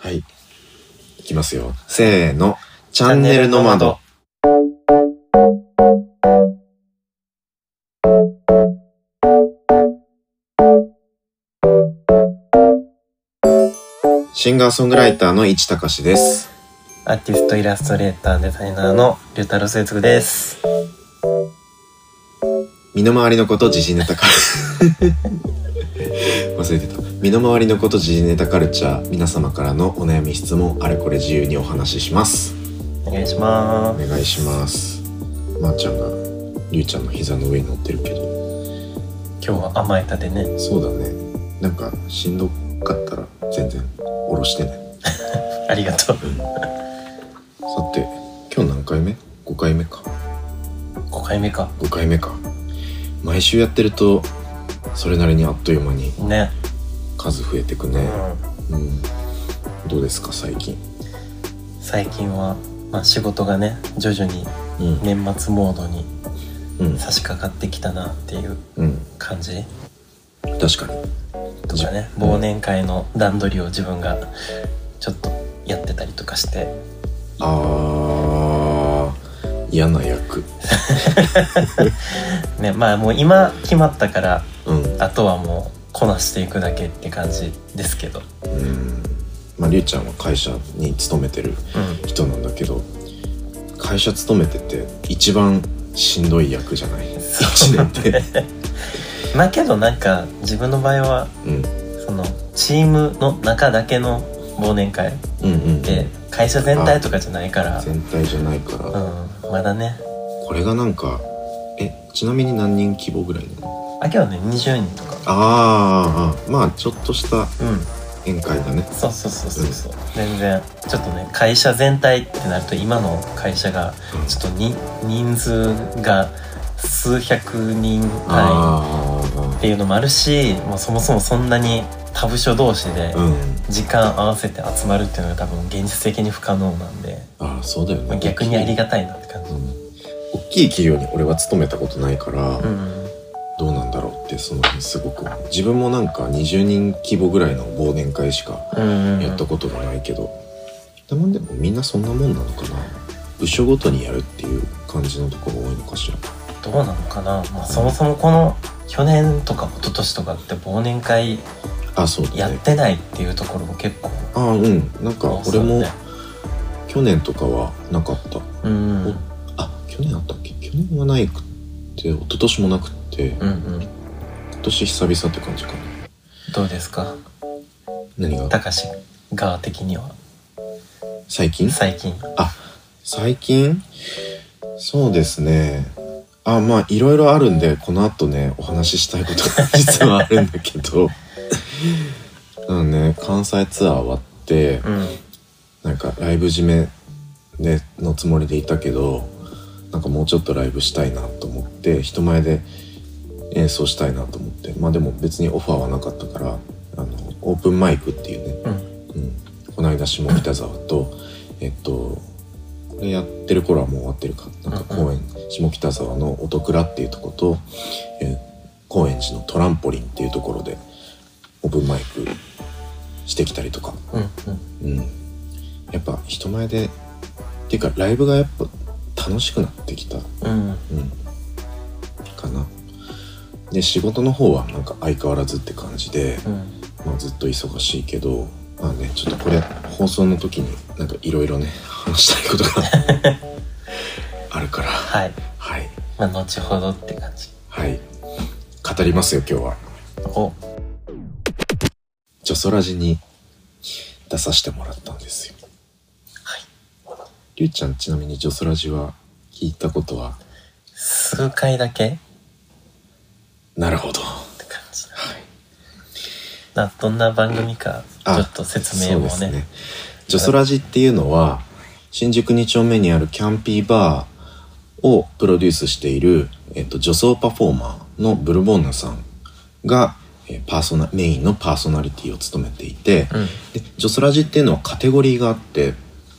はい。いきますよ。せーの。チャンネルの窓。シンガーソングライターの市隆です。 アーティストイラストレーターデザイナーの龍太郎聖嗣です。 身の回りのこと時事ネタカル忘れてた。身の回りのこと時事ネタカルチャー、皆様からのお悩み質問あれこれ自由にお話しします。 お願いします。 お願いします。まーちゃんがりゅうちゃんの膝の上に乗ってるけど、 今日は甘えたでね。 そうだね。なんかしんどかったら全然下ろしてねありがとう。さて今日何回目 ?5 回目か。 5回目か。 5回目か。毎週やってるとそれなりにあっという間にね、 数増えてくね。どうですか最近。 最近は、仕事がね徐々に年末モードに差し掛かってきたなっていう感じ、 確かにとかね、忘年会の段取りを自分がちょっとやってたりとかして、 嫌な役ね、もう今決まったから、あとはもうこなしていくだけって感じですけど。 りゅうちゃんは会社に勤めてる人なんだけど、会社勤めてて一番しんどい役じゃない？1年ってけどなんか自分の場合は、そのチームの中だけの忘年会で、会社全体とかじゃないから、 全体じゃないから、 まだね。これがなんかちなみに何人規模ぐらいなの？ 今日ね20人とか。 ちょっとした宴会だね。 そう、全然ちょっとね、会社全体ってなると今の会社がちょっと人数が数百人単位っていうのもあるし、もうそもそもそんなに他部署同士で時間合わせて集まるっていうのが多分現実的に不可能なんで、 そうだよね。 逆にありがたいなって感じ。 大きい企業に俺は勤めたことないから、どうなんだろうってその辺すごく。自分もなんか20人規模ぐらいの忘年会しかやったことがないけど、でもみんなそんなもんなのかな。部署ごとにやるっていう感じのところ多いのかしら。 どうなのかな。そもそもこの去年とか一昨年とかって忘年会やってないっていうところも結構。 なんか俺も去年とかはなかった。去年あったっけ？去年はないくって一昨年もなくって、今年久々って感じかな。 どうですか？ 何が？ たかし側的には。 最近そうですね。いろいろあるんで、この後ねお話ししたいことが実はあるんだけど関西ツアー終わって、なんかライブ締めのつもりでいたけど、なんかもうちょっとライブしたいなと思って、人前で演奏したいなと思って、でも別にオファーはなかったから、オープンマイクっていうね、この間下北沢とこれやってる頃はもう終わってるかなんか公園、下北沢の音倉っていうとこと、高円寺のトランポリンっていうところでオープンマイクしてきたりとか、やっぱ人前でっていうかライブがやっぱ楽しくなってきた、かな。で仕事の方はなんか相変わらずって感じで、ずっと忙しいけど、ちょっとこれ放送の時になんかいろいろね話したいことがあるから後ほどって感じ。 語りますよ今日は。ジョソラジに出させてもらったんですよ。りゅうちゃんちなみにジョソラジは聞いたことは？ 数回だけ。 なるほどって感じ。どんな番組かちょっと説明もね。 ジョソラジっていうのは新宿2丁目にあるキャンピーバーをプロデュースしている、女装パフォーマーのブルボンヌさんが、メインのパーソナリティを務めていて、でジョソラジっていうのはカテゴリーがあって、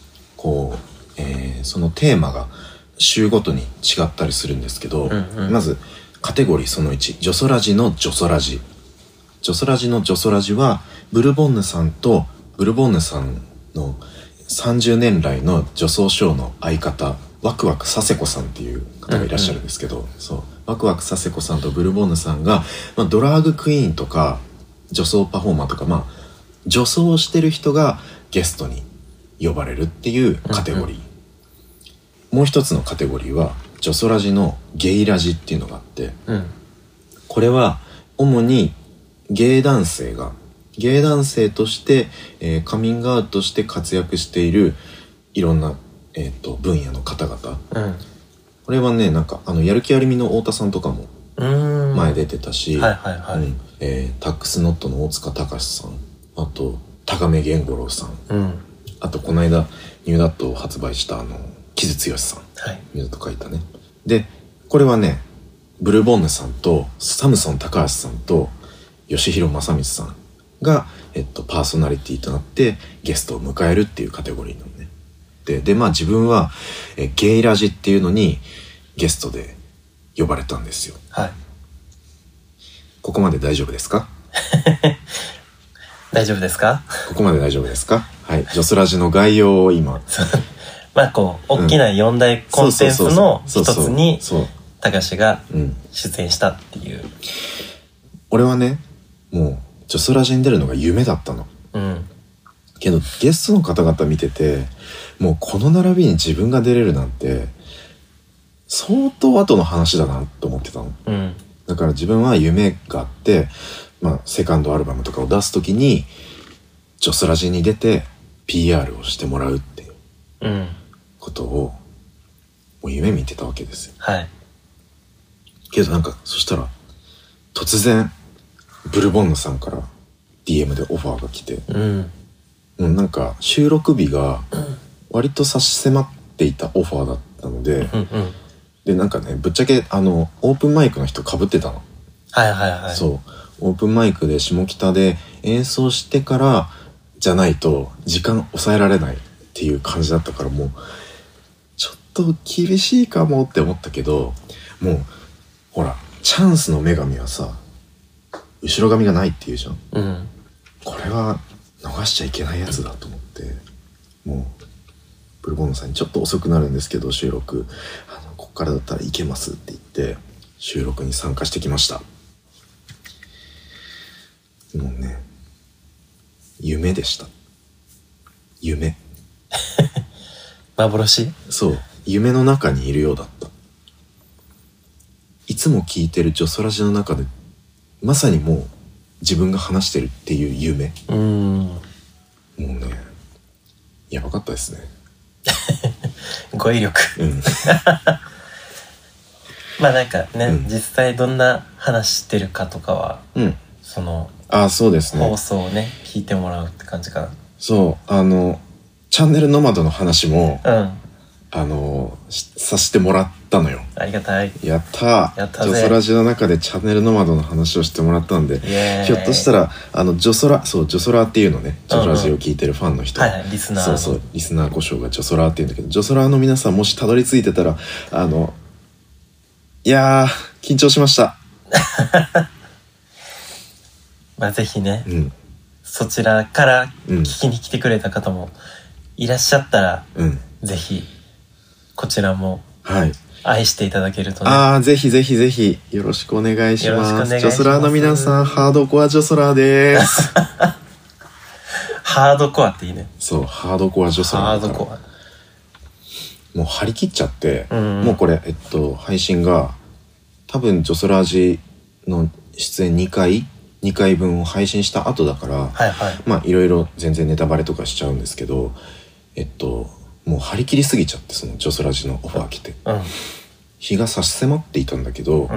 そのテーマが週ごとに違ったりするんですけど、まずカテゴリーその1、ジョソラジのジョソラジ。ジョソラジのジョソラジはブルボンヌさんとブルボンヌさんの30年来の女装ショーの相方ワクワク佐世子さんっていう方がいらっしゃるんですけど、そうワクワク佐世子さんとブルボンヌさんが、ドラァグクイーンとか女装パフォーマーとか、女装をしてる人がゲストに呼ばれるっていうカテゴリー、もう一つのカテゴリーはジョソラジのゲイラジっていうのがあって、これは主にゲイ男性として、カミングアウトして活躍しているいろんな、分野の方々、これはねなんかやる気ありみの太田さんとかも前出てたし、タックスノットの大塚隆さん、あと高目源五郎さん、あとこの間ニューダットを発売した木津剛さん、ニューダット書いたね。でこれはねブルボンヌさんとサムソン高橋さんと吉弘正光さんが、パーソナリティとなってゲストを迎えるっていうカテゴリーなのね。で自分は、ゲイラジっていうのにゲストで呼ばれたんですよ。ここまで大丈夫ですか？ 大丈夫ですか？ ここまで大丈夫ですか？はい、ジョスラジの概要を今こう大きな4大コンテンツの一つに高橋が出演したっていう。 俺はねもうジョスラジに出るのが夢だったの、けどゲストの方々見ててもうこの並びに自分が出れるなんて相当後の話だなと思ってたの、だから自分は夢があって、セカンドアルバムとかを出す時にジョスラジに出て PR をしてもらうっていうことをもう夢見てたわけですよ。けどなんかそしたら突然ブルボンヌさんから DM でオファーが来て、なんか収録日が割と差し迫っていたオファーだったので、でなんかねぶっちゃけオープンマイクの人被ってたの。そうオープンマイクで下北で演奏してからじゃないと時間抑えられないっていう感じだったから、もうちょっと厳しいかもって思ったけど、もうほらチャンスの女神はさ後ろ髪がないっていうじゃん、これは逃しちゃいけないやつだと思って、もうブルボンヌさんにちょっと遅くなるんですけど収録こっからだったらいけますって言って収録に参加してきました。もうね夢でした。夢幻？ そう夢の中にいるようだった。いつも聞いてるジョソラジの中でまさにもう自分が話してるっていう夢。もうねやばかったですね語彙力なんかね、実際どんな話してるかとかは、そのそうですね、 放送をね聞いてもらうって感じかな。 そうチャンネルノマドの話も、させてもらったのよ。 ありがたい。 やったぜ。 ジョソラジの中でチャンネルノマドの話をしてもらったんで、ひょっとしたらジョソラっていうのね、ジョソラジを聞いてるファンの人、 リスナーリスナー故障がジョソラっていうんだけど、ジョソラの皆さんもしたどり着いてたらいやー緊張しましたぜひね、そちらから聞きに来てくれた方もいらっしゃったら、ぜひこちらも愛していただけるとね。 ぜひぜひぜひよろしくお願いします。ジョソラーの皆さん、ハードコアジョソラーですハードコアっていいね。 そう、ハードコアジョソラーだから。ハードコアもう張り切っちゃって、もうこれ配信が多分ジョソラージの出演2回分を配信した後だから、いろいろ全然ネタバレとかしちゃうんですけど、もう張り切りすぎちゃって、そのジョソラジのオファー来て、日が差し迫っていたんだけど、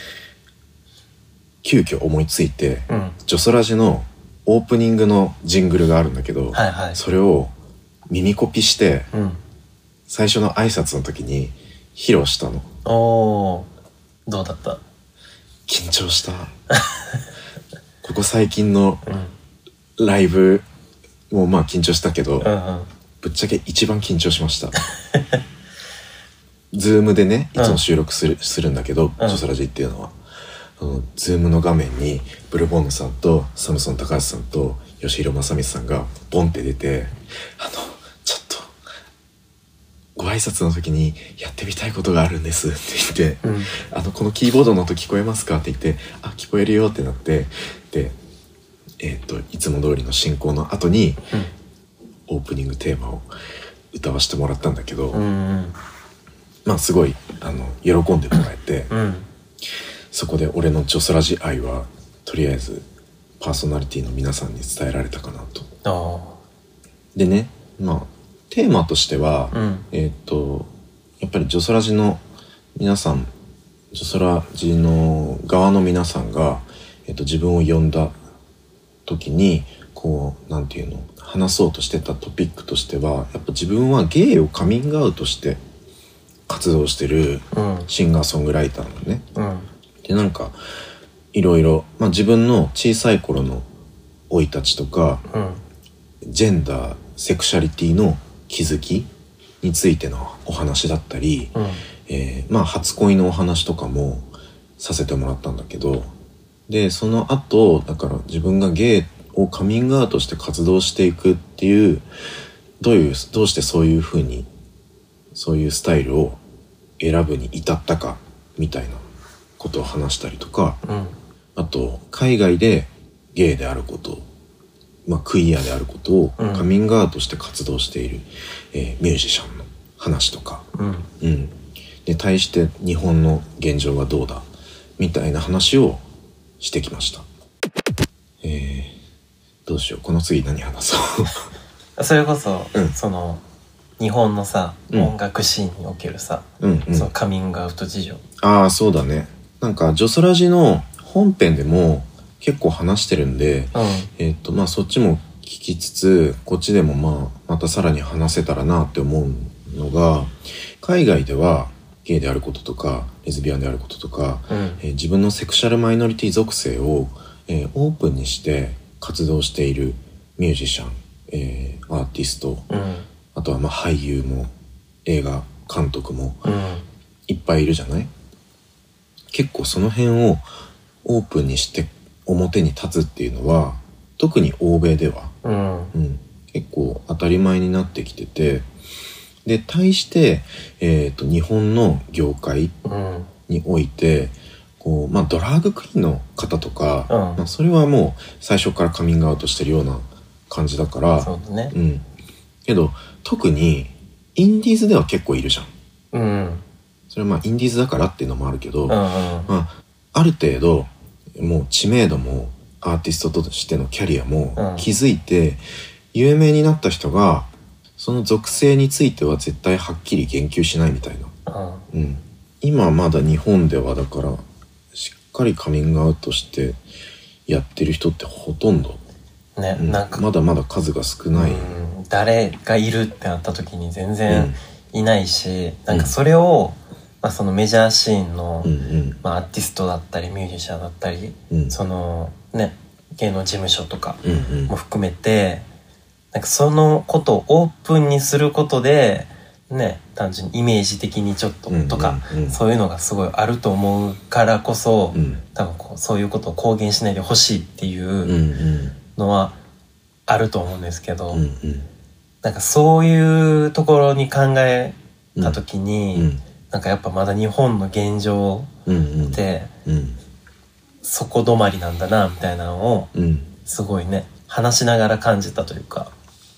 急遽思いついて、ジョソラジのオープニングのジングルがあるんだけど、それを耳コピして、最初の挨拶の時に披露したの。 どうだった？ 緊張したここ最近のライブも緊張したけど、ぶっちゃけ一番緊張しましたズームでねいつも収録するんだけど、ジョソラジっていうのはズームの画面にブルボンヌさんとサムソン高橋さんと吉弘正光さんがボンって出てご挨拶の時にやってみたいことがあるんですって言って、 うん、 このキーボードの音聞こえますかって言って、あ、聞こえるよってなって、で、いつも通りの進行の後に、オープニングテーマを歌わせてもらったんだけど、 うんうん、 まあすごい喜んでもらえて、 うん、 そこで俺のジョソラジ愛はとりあえずパーソナリティの皆さんに伝えられたかなと。でね、まあテーマとしては、 うん、 やっぱりジョソラジの皆さん、ジョソラジの側の皆さんが、自分を呼んだ時にこうなんていうの、話そうとしてたトピックとしては、やっぱ自分はゲイをカミングアウトして活動してるシンガーソングライターのね、 うん、 でなんかいろいろ、まあ、自分の小さい頃の生い立ちとか、ジェンダーセクシャリティの気づきについてのお話だったり、まあ初恋のお話とかもさせてもらったんだけど、でその後だから自分がゲイをカミングアウトして活動していくっていう、どうしてそういう風にそういうスタイルを選ぶに至ったかみたいなことを話したりとか、あと海外でゲイであること、まあ、クイアであることをカミングアウトして活動している、ミュージシャンの話とか、で対して日本の現状はどうだみたいな話をしてきました。どうしよう、この次何話そうそれこそ、その日本のさ、音楽シーンにおけるさ、そのカミングアウト事情。 ああ、そうだね。なんかジョソラジの本編でも結構話してるんで、まあそっちも聞きつつ、こっちでもまあまたさらに話せたらなって思うのが、海外ではゲイであることとかレズビアンであることとか、自分のセクシャルマイノリティ属性を、オープンにして活動しているミュージシャン、アーティスト、あとはまあ俳優も映画監督もいっぱいいるじゃない。結構その辺をオープンにして表に立つっていうのは、特に欧米では、結構当たり前になってきてて、で対して、日本の業界においてこう、まあ、ドラァグクイーンの方とか、まあ、それはもう最初からカミングアウトしてるような感じだから、 そうだね、 けど特にインディーズでは結構いるじゃん、それはまあインディーズだからっていうのもあるけど、まあ、ある程度もう知名度もアーティストとしてのキャリアも築いて有名になった人がその属性については絶対はっきり言及しないみたいな、今まだ日本ではだからしっかりカミングアウトしてやってる人ってほとんどね、なんかまだまだ数が少ない、 誰がいるってなった時に全然いないし、なんかそれを、まあ、そのメジャーシーンの、まあ、アーティストだったりミュージシャンだったり、そのね芸能事務所とかも含めて、なんかそのことをオープンにすることでね、単純にイメージ的にちょっととか、そういうのがすごいあると思うからこそ、多分こうそういうことを公言しないでほしいっていうのはあると思うんですけど、なんかそういうところに考えた時に、なんかやっぱまだ日本の現状って、そこ止まりなんだなみたいなのをすごいね話しながら感じたというか、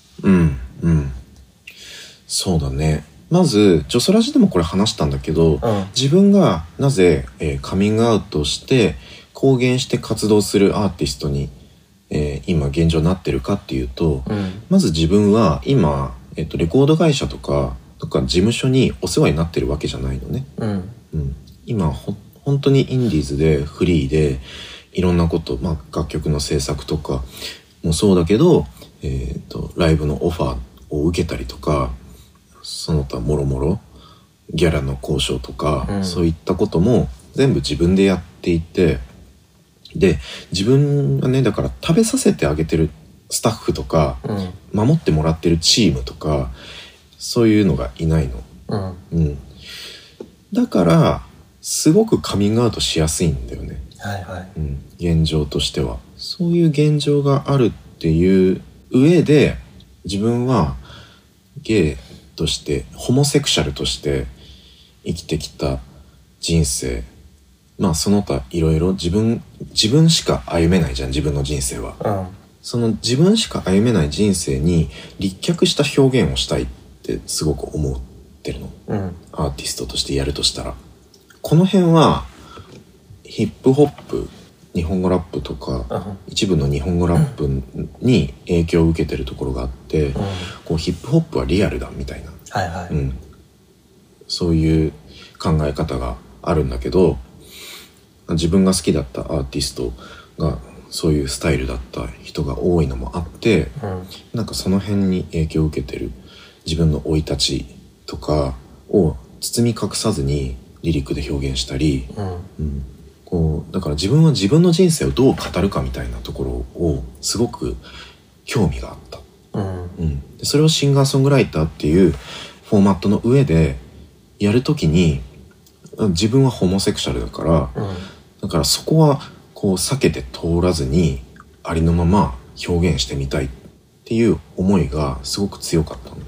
そうだね。まずジョソラジでもこれ話したんだけど、自分がなぜ、カミングアウトして公言して活動するアーティストに、今現状なってるかっていうと、まず自分は今、レコード会社とか事務所にお世話になってるわけじゃないのね、今本当にインディーズでフリーでいろんなこと、まあ、楽曲の制作とかもそうだけど、ライブのオファーを受けたりとか、その他もろもろギャラの交渉とか、そういったことも全部自分でやっていて、で自分がねだから食べさせてあげてるスタッフとか、守ってもらってるチームとかそういうのがいないの、だからすごくカミングアウトしやすいんだよね、現状としてはそういう現状があるっていう上で、自分はゲイとしてホモセクシャルとして生きてきた人生、まあその他いろいろ自分しか歩めないじゃん、自分の人生は、その自分しか歩めない人生に立脚した表現をしたいってすごく思ってるの、アーティストとしてやるとしたら。この辺はヒップホップ、日本語ラップとか、一部の日本語ラップに影響を受けてるところがあって、こうヒップホップはリアルだみたいな、そういう考え方があるんだけど、自分が好きだったアーティストがそういうスタイルだった人が多いのもあって、なんかその辺に影響を受けてる自分の生い立ちとかを包み隠さずにリリックで表現したり、こうだから自分は自分の人生をどう語るかみたいなところをすごく興味があった、でそれをシンガーソングライターっていうフォーマットの上でやるときに、自分はホモセクシャルだから、だからそこはこう避けて通らずにありのまま表現してみたいっていう思いがすごく強かったの、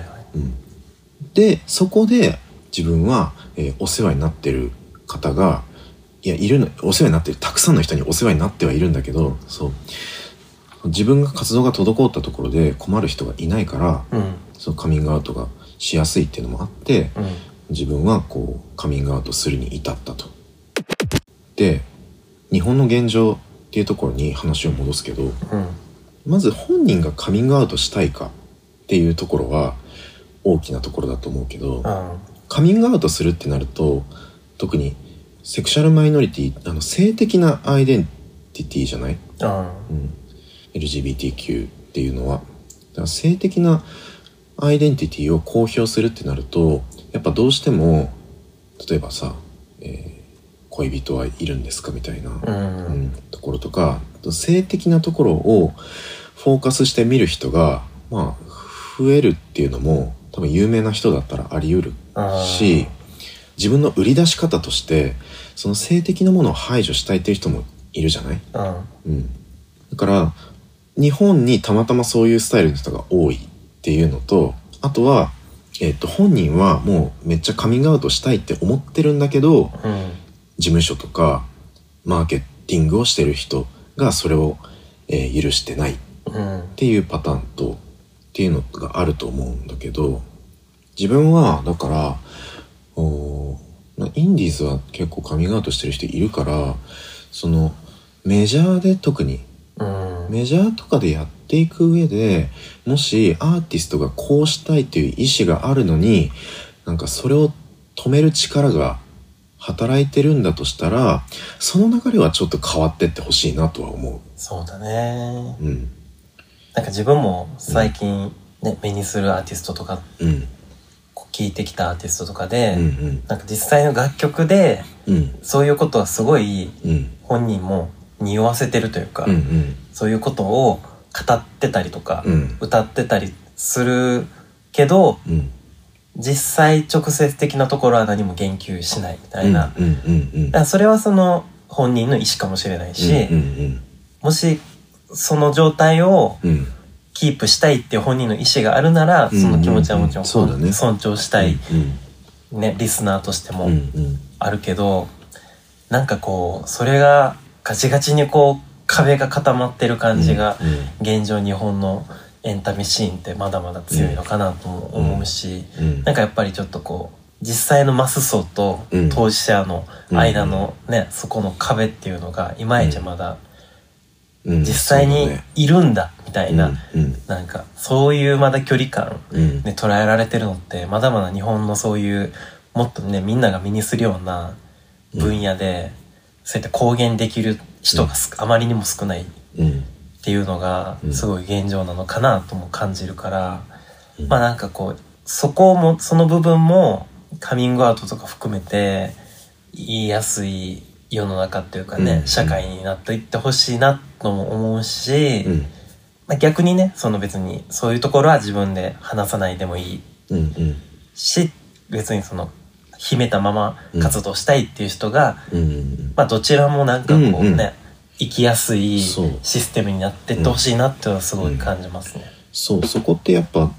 でそこで自分は、お世話になってる方がいるの、お世話になってるたくさんの人にお世話になってはいるんだけど、そう自分が活動が滞ったところで困る人がいないから、そのカミングアウトがしやすいっていうのもあって、自分はこうカミングアウトするに至ったと。で日本の現状っていうところに話を戻すけど、まず本人がカミングアウトしたいかっていうところは大きなところだと思うけど、カミングアウトするってなると、特にセクシャルマイノリティ、性的なアイデンティティじゃない、LGBTQ っていうのは。だから性的なアイデンティティを公表するってなると、やっぱどうしても例えばさ、恋人はいるんですかみたいな、ところとか、性的なところをフォーカスして見る人がまあ増えるっていうのも多分有名な人だったらあり得るし、自分の売り出し方としてその性的なものを排除したいっていう人もいるじゃない、だから日本にたまたまそういうスタイルの人が多いっていうのと、あとは、本人はもうめっちゃカミングアウトしたいって思ってるんだけど、事務所とかマーケティングをしてる人がそれを、許してないっていうパターンとっていうのがあると思うんだけど、自分はだからインディーズは結構カミングアウトしてる人いるから、そのメジャーで特に、メジャーとかでやっていく上で、もしアーティストがこうしたいっていう意思があるのに、なんかそれを止める力が働いてるんだとしたら、その流れはちょっと変わってってほしいなとは思う。 そうだね、なんか自分も最近ね、目にするアーティストとか、聴いてきたアーティストとかで、なんか実際の楽曲で、そういうことはすごい本人も匂わせてるというか、そういうことを語ってたりとか、歌ってたりするけど、実際直接的なところは何も言及しないみたいな、だからそれはその本人の意思かもしれないし、もしその状態をキープしたいっていう本人の意思があるなら、その気持ちはもちろん尊重したい、リスナーとしてもあるけど、なんかこうそれがガチガチにこう壁が固まってる感じが、現状日本のエンタメシーンってまだまだ強いのかなとも思うし、なんかやっぱりちょっとこう実際のマス層と当事者の間のね、そこの壁っていうのがいまいちまだ実際にいるんだみたいな、なんかそういうまだ距離感で捉えられてるのって、まだまだ日本のそういうもっとねみんなが身にするような分野で、そうやって公言できる人があまりにも少ないっていうのがすごい現状なのかなとも感じるから、まあなんかこうそこもその部分もカミングアウトとか含めて言いやすい世の中っていうかね、社会になっていってほしいなとも思うし、まあ、逆にねその別にそういうところは自分で話さないでもいいし、別にその秘めたまま活動したいっていう人が、まあどちらもなんかこうね、生きやすいシステムになってってほしいなってはすごい感じますね。 そこってやっぱ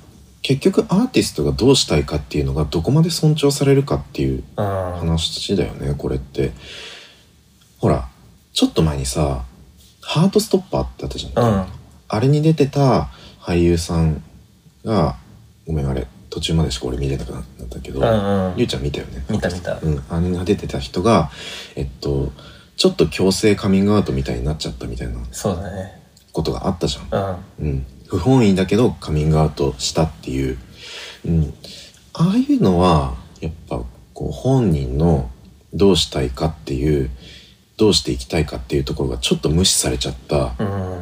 結局アーティストがどうしたいかっていうのがどこまで尊重されるかっていう話だよね、これって。ほらちょっと前にさハートストッパーってあったじゃん、あれに出てた俳優さんが、ごめんあれ途中までしか俺見れなくなったけど、ゆうちゃん見たよね。 見た。 あれが出てた人がちょっと強制カミングアウトみたいになっちゃったみたいなことがあったじゃん。不本意だけどカミングアウトしたっていう、ああいうのはやっぱこう本人のどうしたいかっていう、どうしていきたいかっていうところがちょっと無視されちゃった、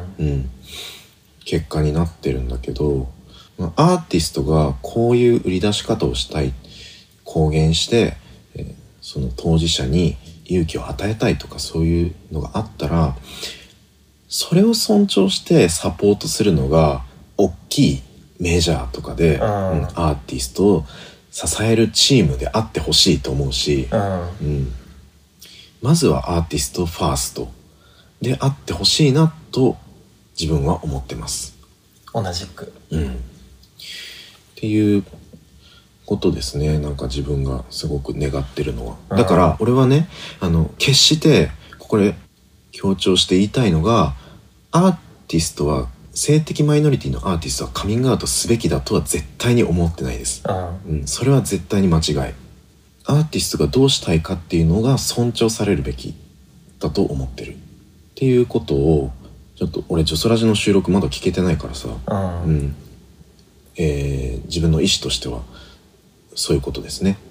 結果になってるんだけど、アーティストがこういう売り出し方をしたい、公言して、その当事者に勇気を与えたいとかそういうのがあったら、それを尊重してサポートするのが大きいメジャーとかで、アーティストを支えるチームであってほしいと思うし、まずはアーティストファーストであってほしいなと自分は思ってます。 同じく。 っていうことですね。なんか自分がすごく願ってるのは。だから俺はね、決してここで強調して言いたいのが、アーティストは、性的マイノリティのアーティストはカミングアウトすべきだとは絶対に思ってないです。それは絶対に間違い。アーティストがどうしたいかっていうのが尊重されるべきだと思ってるっていうことを、ちょっと俺ジョソラジの収録まだ聞けてないからさ、自分の意思としてはそういうことですね。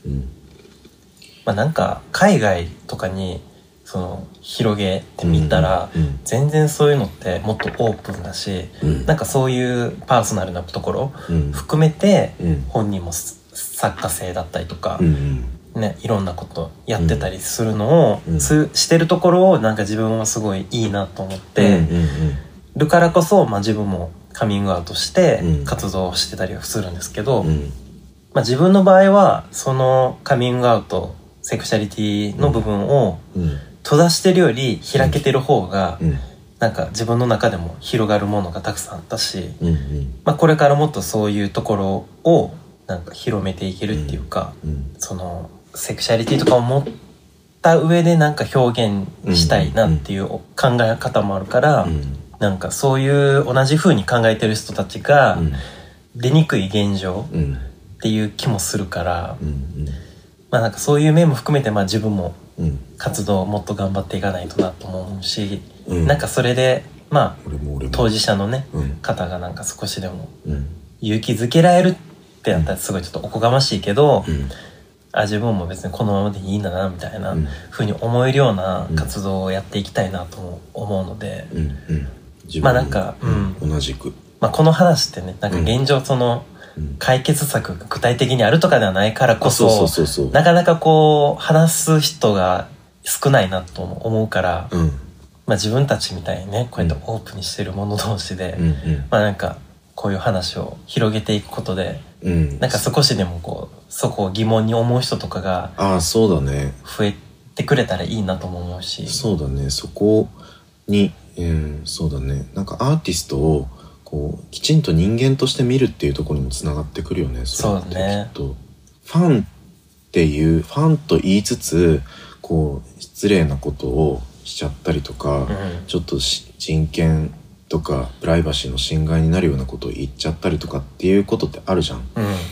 なんか海外とかにその広げてみたら、全然そういうのってもっとオープンだし、なんかそういうパーソナルなところ含めて、本人も作家性だったりとか、いろんなことやってたりするのを、してるところをなんか自分はすごいいいなと思ってるからこそ、自分もカミングアウトして活動してたりはするんですけど、自分の場合はそのカミングアウト、セクシャリティの部分を閉ざしてるより開けてる方が、なんか自分の中でも広がるものがたくさんあったし、これからもっとそういうところをなんか広めていけるっていうか、そのセクシャリティとかを持った上でなんか表現したいなっていう考え方もあるから、なんかそういう同じ風に考えてる人たちが出にくい現状っていう気もするから、なんかそういう面も含めて自分も活動をもっと頑張っていかないとなと思うし、なんかそれで当事者のね、方がなんか少しでも勇気づけられるってやったらすごいちょっとおこがましいけど、自分も別にこのままでいいんだなみたいな風に思えるような活動をやっていきたいなと思うので、なんか、 同じく、 この話ってね、なんか現状その解決策が具体的にあるとかではないからこそ、なかなかこう話す人が少ないなと思うから、自分たちみたいにね、こうやってオープンにしてる者同士で、なんかこういう話を広げていくことで、なんか少しでもこうそこを疑問に思う人とかがそうだね、 増えてくれたらいいなとも思うし、 そうだね、そこに、そうだね、なんかアーティストをこうきちんと人間として見るっていうところにもつながってくるよね。 そうだね。 きっとファンと言いつつこう失礼なことをしちゃったりとか、ちょっと人権とかプライバシーの侵害になるようなことを言っちゃったりとかっていうことってあるじゃん。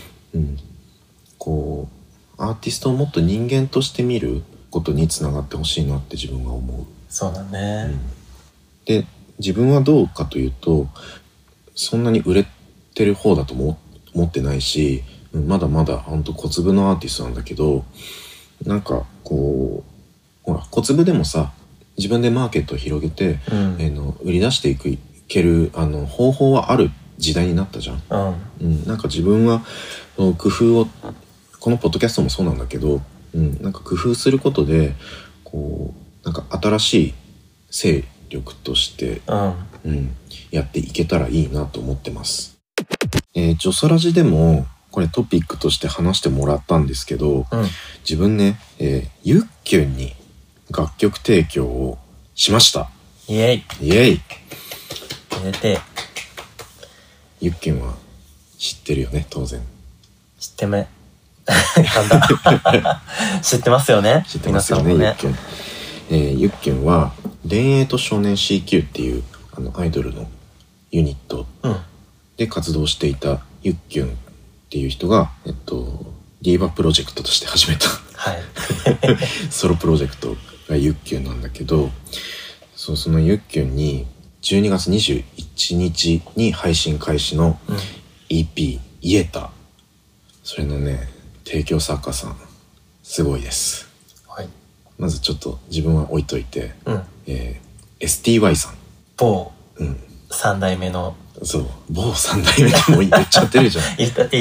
こうアーティストをもっと人間として見ることにつながってほしいなって自分は思う。 そうだね。 で自分はどうかというと、そんなに売れてる方だとも思ってないし、まだまだほんと小粒のアーティストなんだけど、なんかこうほら小粒でもさ、自分でマーケットを広げて、売り出していける方法はある時代になったじゃん。なんか自分は工夫を、このポッドキャストもそうなんだけど、なんか工夫することでこうなんか新しい勢力として、やっていけたらいいなと思ってます。ジョソラジでもこれトピックとして話してもらったんですけど、自分ね、ゆっきゅんに楽曲提供をしました。 イエイイエイ。 入れて、 ゆっきゅんは知ってるよね当然。 知ってめなんだ知ってますよね。 知ってますよね、 皆さんもね。 ゆっきゅんは田営と少年 CQ っていうアイドルのユニットで活動していたゆっきゅんっていう人が、ディーバプロジェクトとして始めたはいソロプロジェクトがゆっきゅんなんだけど、そのゆっきゅんに12月21日に配信開始の EP「イエタ」それのね提供作家さんすごいです、 はい、 まずちょっと自分は置いといて、STY さん某3代目の、 そう某3代目でも言っちゃってるじゃん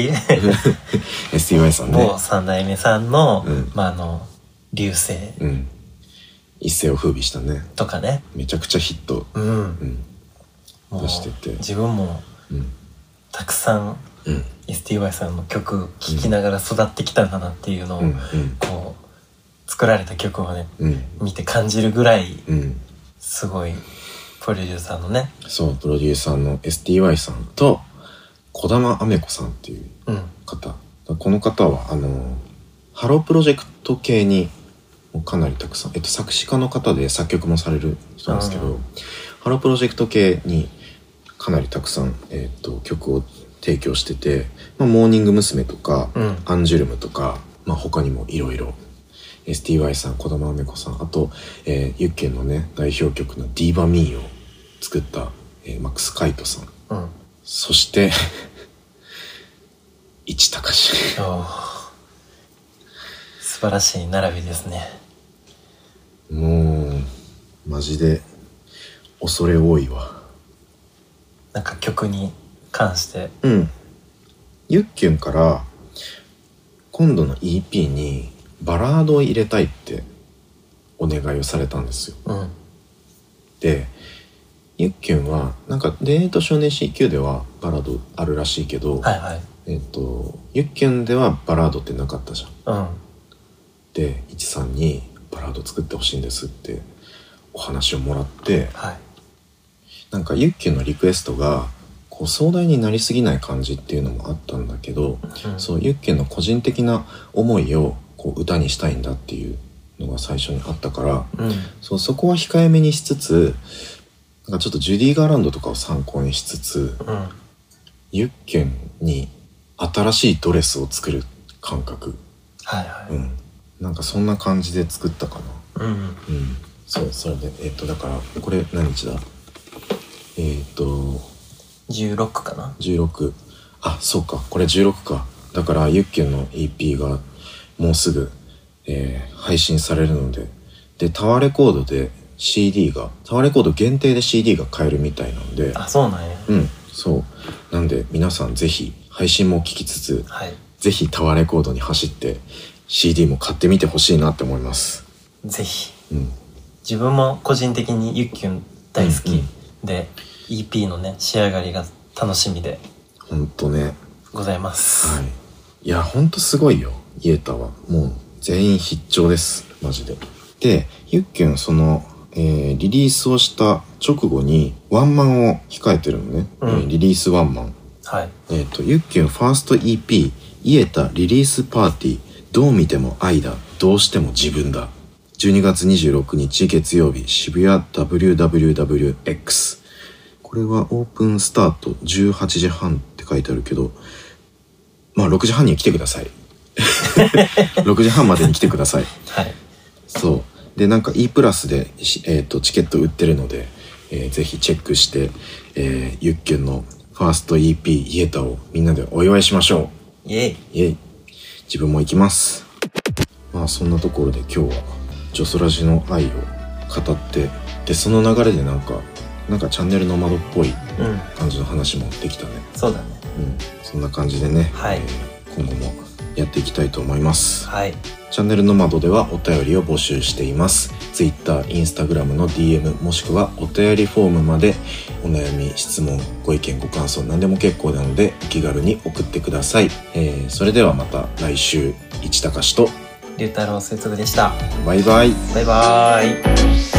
STY さんね、 某3代目さんの、流星、 一世を風靡したねとかね、 めちゃくちゃヒット、出してて、 自分も、たくさん、STY さんの曲聴きながら育ってきたんだなっていうのを、こう作られた曲をね、見て感じるぐらい、すごいプロデューサーのね、 そうプロデューサーの STY さんと児玉雨子さんっていう方、この方はハロープロジェクト系にかなりたくさん、作詞家の方で作曲もされる人なんですけど、ハロープロジェクト系にかなりたくさん、曲を提供してて、モーニング娘。とか、アンジュルムとか、他にもいろいろ STY さん、児玉雨子さん、あと、ユッケンのね代表曲の「ディーバミー」を作った、マックス・カイトさん、そして市高氏素晴らしい並びですね。 もうマジで恐れ多いわ。 なんか曲に関してゆっきゅんから今度の EP にバラードを入れたいってお願いをされたんですよ、でゆっきゅんはなんか田園と少年 CQ ではバラードあるらしいけど、ゆっきゅんではバラードってなかったじゃん、でいちさんにバラード作ってほしいんですってお話をもらって、なんかゆっきゅんのリクエストがこう壮大になりすぎない感じっていうのもあったんだけど、そうゆっきゅんの個人的な思いをこう歌にしたいんだっていうのが最初にあったから、そこは控えめにしつつ、なんかちょっとジュディ・ガーランドとかを参考にしつつ、ゆっきゅんに新しいドレスを作る感覚、なんかそんな感じで作ったかな。そうそれでだからこれ何日だ 16かな。 16、あ、そうか、これ16か。だからゆっきゅんの EP がもうすぐ、配信されるので、タワーレコードで CD が、タワーレコード限定で CD が買えるみたいなんで、 あ、そうなんや。 そうなんで皆さんぜひ配信も聞きつつ、ぜひタワーレコードに走って CD も買ってみてほしいなって思います。 ぜひ、自分も個人的にゆっきゅん大好きで、EP のね仕上がりが楽しみでほんとねございます。 いやほんとすごいよ、イエタはもう全員必聴ですマジで。でゆっきゅんその、リリースをした直後にワンマンを控えてるのね、リリースワンマン、ゆっきゅんファースト EP イエタリリースパーティー、どう見ても愛だ、どうしても自分だ、12月26日月曜日渋谷 WWWX、これはオープンスタート18時半って書いてあるけど、6時半に来てください6時半までに来てくださいそうで、なんか E プラスで、チケット売ってるので、ぜひチェックして、ゆっきゅんのファースト EP イエタをみんなでお祝いしましょう。イエイ。自分も行きます。そんなところで今日はジョソラジの愛を語って、でその流れでなんかチャンネルの窓っぽい感じの話もできたね。 そうだね。 そんな感じでね、今後もやっていきたいと思います。チャンネルの窓ではお便りを募集しています。Twitter、Instagram の DM もしくはお便りフォームまでお悩み、質問、ご意見、ご感想何でも結構なのでお気軽に送ってください。それではまた来週、市高と龍太郎節分でした。 バイバイ。 バイバイ。